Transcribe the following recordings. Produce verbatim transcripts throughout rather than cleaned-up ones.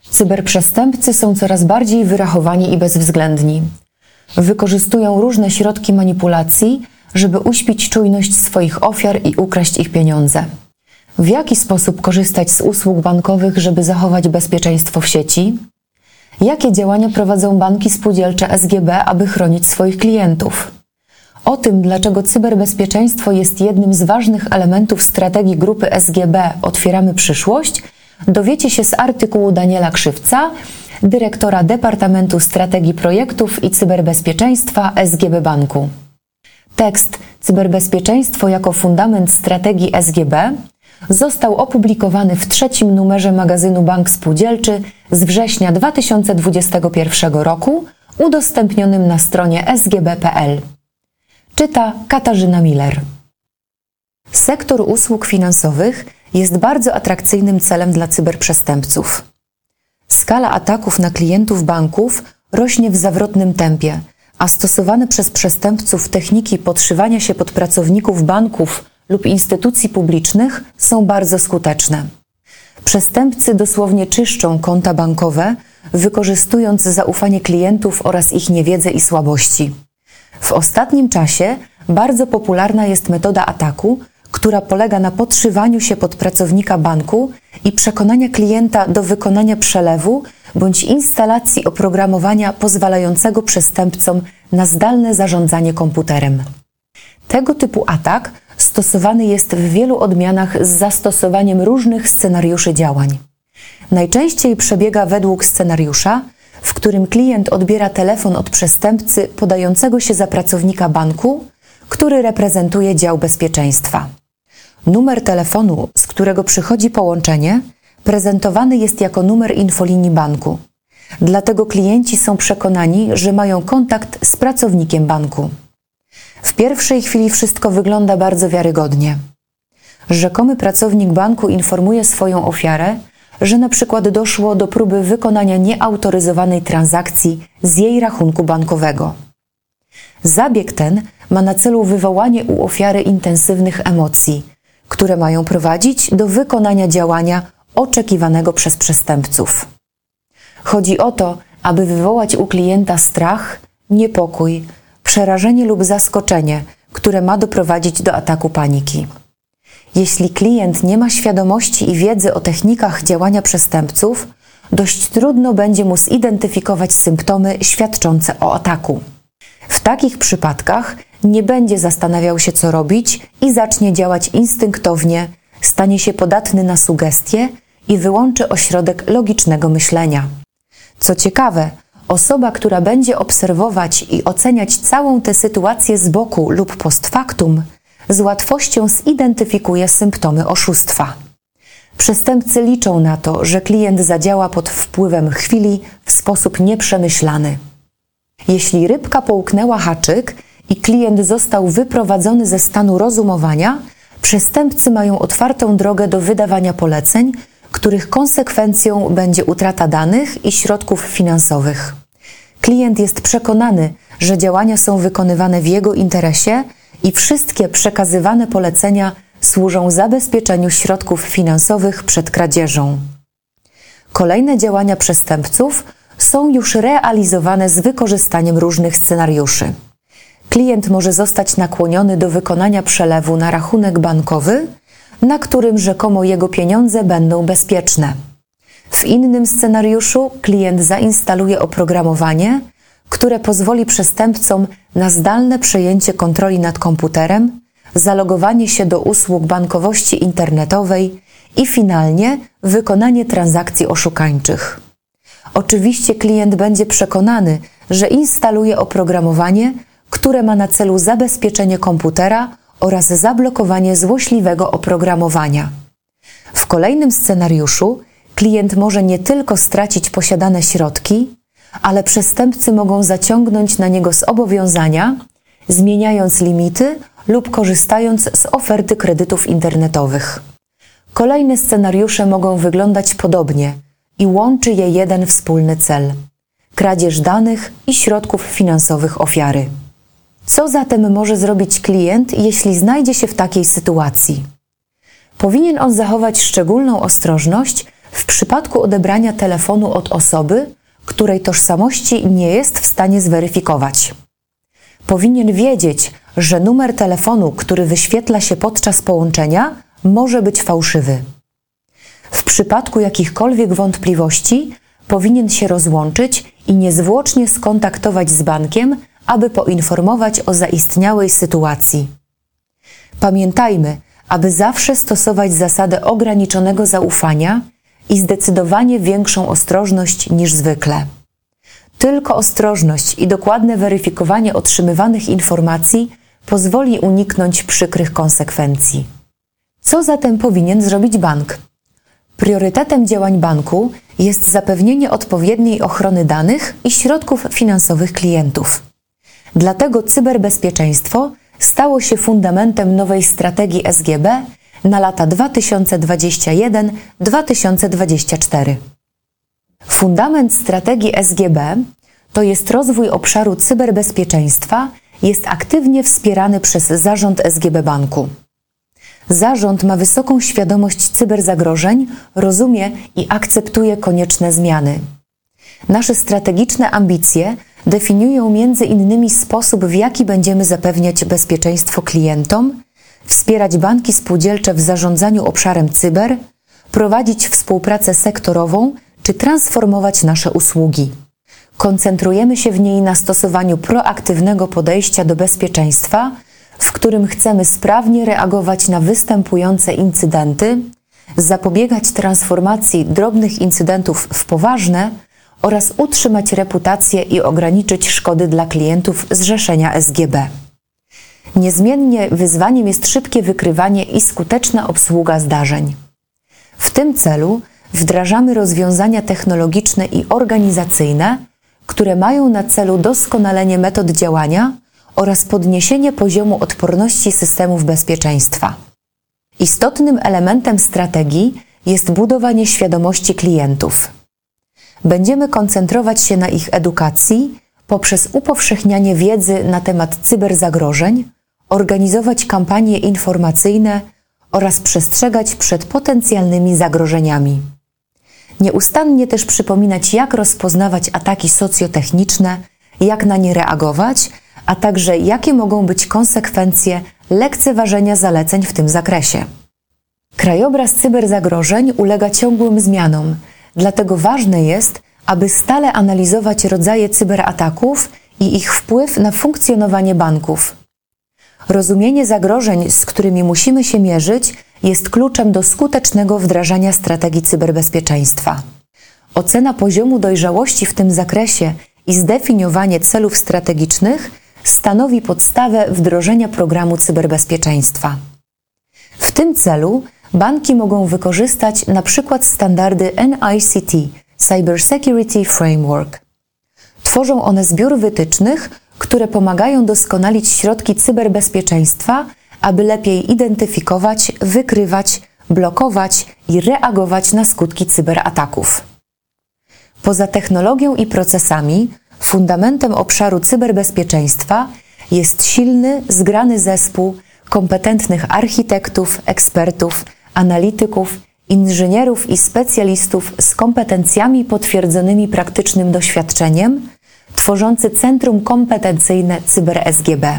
Cyberprzestępcy są coraz bardziej wyrachowani i bezwzględni. Wykorzystują różne środki manipulacji, żeby uśpić czujność swoich ofiar i ukraść ich pieniądze. W jaki sposób korzystać z usług bankowych, żeby zachować bezpieczeństwo w sieci? Jakie działania prowadzą banki spółdzielcze S G B, aby chronić swoich klientów? O tym, dlaczego cyberbezpieczeństwo jest jednym z ważnych elementów strategii grupy S G B Otwieramy Przyszłość, dowiecie się z artykułu Daniela Krzywca, dyrektora Departamentu Strategii Projektów i Cyberbezpieczeństwa S G B Banku. Tekst Cyberbezpieczeństwo jako fundament strategii S G B został opublikowany w trzecim numerze magazynu Bank Spółdzielczy z września dwa tysiące dwudziestego pierwszego roku, udostępnionym na stronie s g b kropka p l. Czyta Katarzyna Miller. Sektor usług finansowych jest bardzo atrakcyjnym celem dla cyberprzestępców. Skala ataków na klientów banków rośnie w zawrotnym tempie, a stosowane przez przestępców techniki podszywania się pod pracowników banków lub instytucji publicznych są bardzo skuteczne. Przestępcy dosłownie czyszczą konta bankowe, wykorzystując zaufanie klientów oraz ich niewiedzę i słabości. W ostatnim czasie bardzo popularna jest metoda ataku, która polega na podszywaniu się pod pracownika banku i przekonania klienta do wykonania przelewu bądź instalacji oprogramowania pozwalającego przestępcom na zdalne zarządzanie komputerem. Tego typu atak stosowany jest w wielu odmianach z zastosowaniem różnych scenariuszy działań. Najczęściej przebiega według scenariusza, w którym klient odbiera telefon od przestępcy podającego się za pracownika banku, który reprezentuje dział bezpieczeństwa. Numer telefonu, z którego przychodzi połączenie, prezentowany jest jako numer infolinii banku. Dlatego klienci są przekonani, że mają kontakt z pracownikiem banku. W pierwszej chwili wszystko wygląda bardzo wiarygodnie. Rzekomy pracownik banku informuje swoją ofiarę, że na przykład doszło do próby wykonania nieautoryzowanej transakcji z jej rachunku bankowego. Zabieg ten ma na celu wywołanie u ofiary intensywnych emocji, które mają prowadzić do wykonania działania oczekiwanego przez przestępców. Chodzi o to, aby wywołać u klienta strach, niepokój, przerażenie lub zaskoczenie, które ma doprowadzić do ataku paniki. Jeśli klient nie ma świadomości i wiedzy o technikach działania przestępców, dość trudno będzie mu zidentyfikować symptomy świadczące o ataku. W takich przypadkach nie będzie zastanawiał się, co robić i zacznie działać instynktownie, stanie się podatny na sugestie i wyłączy ośrodek logicznego myślenia. Co ciekawe, osoba, która będzie obserwować i oceniać całą tę sytuację z boku lub post factum, z łatwością zidentyfikuje symptomy oszustwa. Przestępcy liczą na to, że klient zadziała pod wpływem chwili w sposób nieprzemyślany. Jeśli rybka połknęła haczyk i klient został wyprowadzony ze stanu rozumowania, przestępcy mają otwartą drogę do wydawania poleceń, których konsekwencją będzie utrata danych i środków finansowych. Klient jest przekonany, że działania są wykonywane w jego interesie i wszystkie przekazywane polecenia służą zabezpieczeniu środków finansowych przed kradzieżą. Kolejne działania przestępców są już realizowane z wykorzystaniem różnych scenariuszy. Klient może zostać nakłoniony do wykonania przelewu na rachunek bankowy, na którym rzekomo jego pieniądze będą bezpieczne. W innym scenariuszu klient zainstaluje oprogramowanie, które pozwoli przestępcom na zdalne przejęcie kontroli nad komputerem, zalogowanie się do usług bankowości internetowej i finalnie wykonanie transakcji oszukańczych. Oczywiście klient będzie przekonany, że instaluje oprogramowanie, które ma na celu zabezpieczenie komputera oraz zablokowanie złośliwego oprogramowania. W kolejnym scenariuszu klient może nie tylko stracić posiadane środki, ale przestępcy mogą zaciągnąć na niego zobowiązania, zmieniając limity lub korzystając z oferty kredytów internetowych. Kolejne scenariusze mogą wyglądać podobnie i łączy je jeden wspólny cel – kradzież danych i środków finansowych ofiary. Co zatem może zrobić klient, jeśli znajdzie się w takiej sytuacji? Powinien on zachować szczególną ostrożność w przypadku odebrania telefonu od osoby, której tożsamości nie jest w stanie zweryfikować. Powinien wiedzieć, że numer telefonu, który wyświetla się podczas połączenia, może być fałszywy. W przypadku jakichkolwiek wątpliwości powinien się rozłączyć i niezwłocznie skontaktować z bankiem, aby poinformować o zaistniałej sytuacji. Pamiętajmy, aby zawsze stosować zasadę ograniczonego zaufania i zdecydowanie większą ostrożność niż zwykle. Tylko ostrożność i dokładne weryfikowanie otrzymywanych informacji pozwoli uniknąć przykrych konsekwencji. Co zatem powinien zrobić bank? Priorytetem działań banku jest zapewnienie odpowiedniej ochrony danych i środków finansowych klientów. Dlatego cyberbezpieczeństwo stało się fundamentem nowej strategii S G B na lata dwa tysiące dwudziesty pierwszy do dwa tysiące dwudziestego czwartego. Fundament strategii S G B, to jest rozwój obszaru cyberbezpieczeństwa, jest aktywnie wspierany przez Zarząd S G B Banku. Zarząd ma wysoką świadomość cyberzagrożeń, rozumie i akceptuje konieczne zmiany. Nasze strategiczne ambicje definiują między innymi sposób, w jaki będziemy zapewniać bezpieczeństwo klientom, wspierać banki spółdzielcze w zarządzaniu obszarem cyber, prowadzić współpracę sektorową czy transformować nasze usługi. Koncentrujemy się w niej na stosowaniu proaktywnego podejścia do bezpieczeństwa, w którym chcemy sprawnie reagować na występujące incydenty, zapobiegać transformacji drobnych incydentów w poważne oraz utrzymać reputację i ograniczyć szkody dla klientów zrzeszenia S G B. Niezmiennie wyzwaniem jest szybkie wykrywanie i skuteczna obsługa zdarzeń. W tym celu wdrażamy rozwiązania technologiczne i organizacyjne, które mają na celu doskonalenie metod działania oraz podniesienie poziomu odporności systemów bezpieczeństwa. Istotnym elementem strategii jest budowanie świadomości klientów. Będziemy koncentrować się na ich edukacji poprzez upowszechnianie wiedzy na temat cyberzagrożeń, organizować kampanie informacyjne oraz przestrzegać przed potencjalnymi zagrożeniami. Nieustannie też przypominać, jak rozpoznawać ataki socjotechniczne, jak na nie reagować, a także jakie mogą być konsekwencje lekceważenia zaleceń w tym zakresie. Krajobraz cyberzagrożeń ulega ciągłym zmianom, dlatego ważne jest, aby stale analizować rodzaje cyberataków i ich wpływ na funkcjonowanie banków. Rozumienie zagrożeń, z którymi musimy się mierzyć, jest kluczem do skutecznego wdrażania strategii cyberbezpieczeństwa. Ocena poziomu dojrzałości w tym zakresie i zdefiniowanie celów strategicznych stanowi podstawę wdrożenia programu cyberbezpieczeństwa. W tym celu banki mogą wykorzystać na przykład standardy N I C T Cyber Security Framework. Tworzą one zbiór wytycznych, które pomagają doskonalić środki cyberbezpieczeństwa, aby lepiej identyfikować, wykrywać, blokować i reagować na skutki cyberataków. Poza technologią i procesami, fundamentem obszaru cyberbezpieczeństwa jest silny, zgrany zespół kompetentnych architektów, ekspertów, analityków, inżynierów i specjalistów z kompetencjami potwierdzonymi praktycznym doświadczeniem, tworzący Centrum Kompetencyjne Cyber S G B.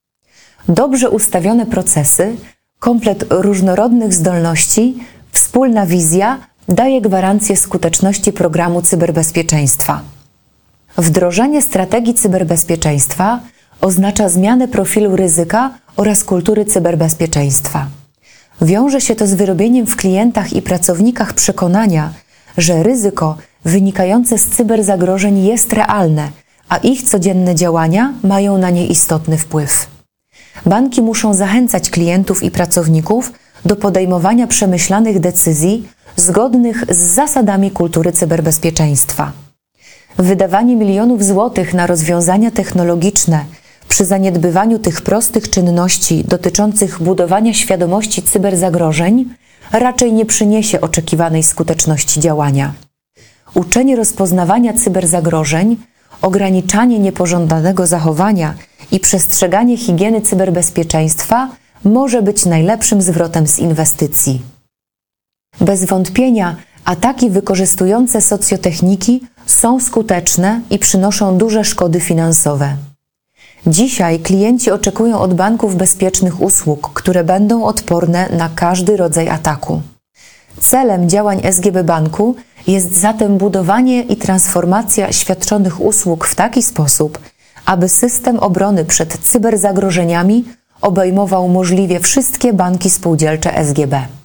Dobrze ustawione procesy, komplet różnorodnych zdolności, wspólna wizja daje gwarancję skuteczności programu cyberbezpieczeństwa. Wdrożenie strategii cyberbezpieczeństwa oznacza zmianę profilu ryzyka oraz kultury cyberbezpieczeństwa. Wiąże się to z wyrobieniem w klientach i pracownikach przekonania, że ryzyko wynikające z cyberzagrożeń jest realne, a ich codzienne działania mają na nie istotny wpływ. Banki muszą zachęcać klientów i pracowników do podejmowania przemyślanych decyzji zgodnych z zasadami kultury cyberbezpieczeństwa. Wydawanie milionów złotych na rozwiązania technologiczne przy zaniedbywaniu tych prostych czynności dotyczących budowania świadomości cyberzagrożeń raczej nie przyniesie oczekiwanej skuteczności działania. Uczenie rozpoznawania cyberzagrożeń, ograniczanie niepożądanego zachowania i przestrzeganie higieny cyberbezpieczeństwa może być najlepszym zwrotem z inwestycji. Bez wątpienia Ataki wykorzystujące socjotechniki są skuteczne i przynoszą duże szkody finansowe. Dzisiaj klienci oczekują od banków bezpiecznych usług, które będą odporne na każdy rodzaj ataku. Celem działań S G B Banku jest zatem budowanie i transformacja świadczonych usług w taki sposób, aby system obrony przed cyberzagrożeniami obejmował możliwie wszystkie banki spółdzielcze S G B.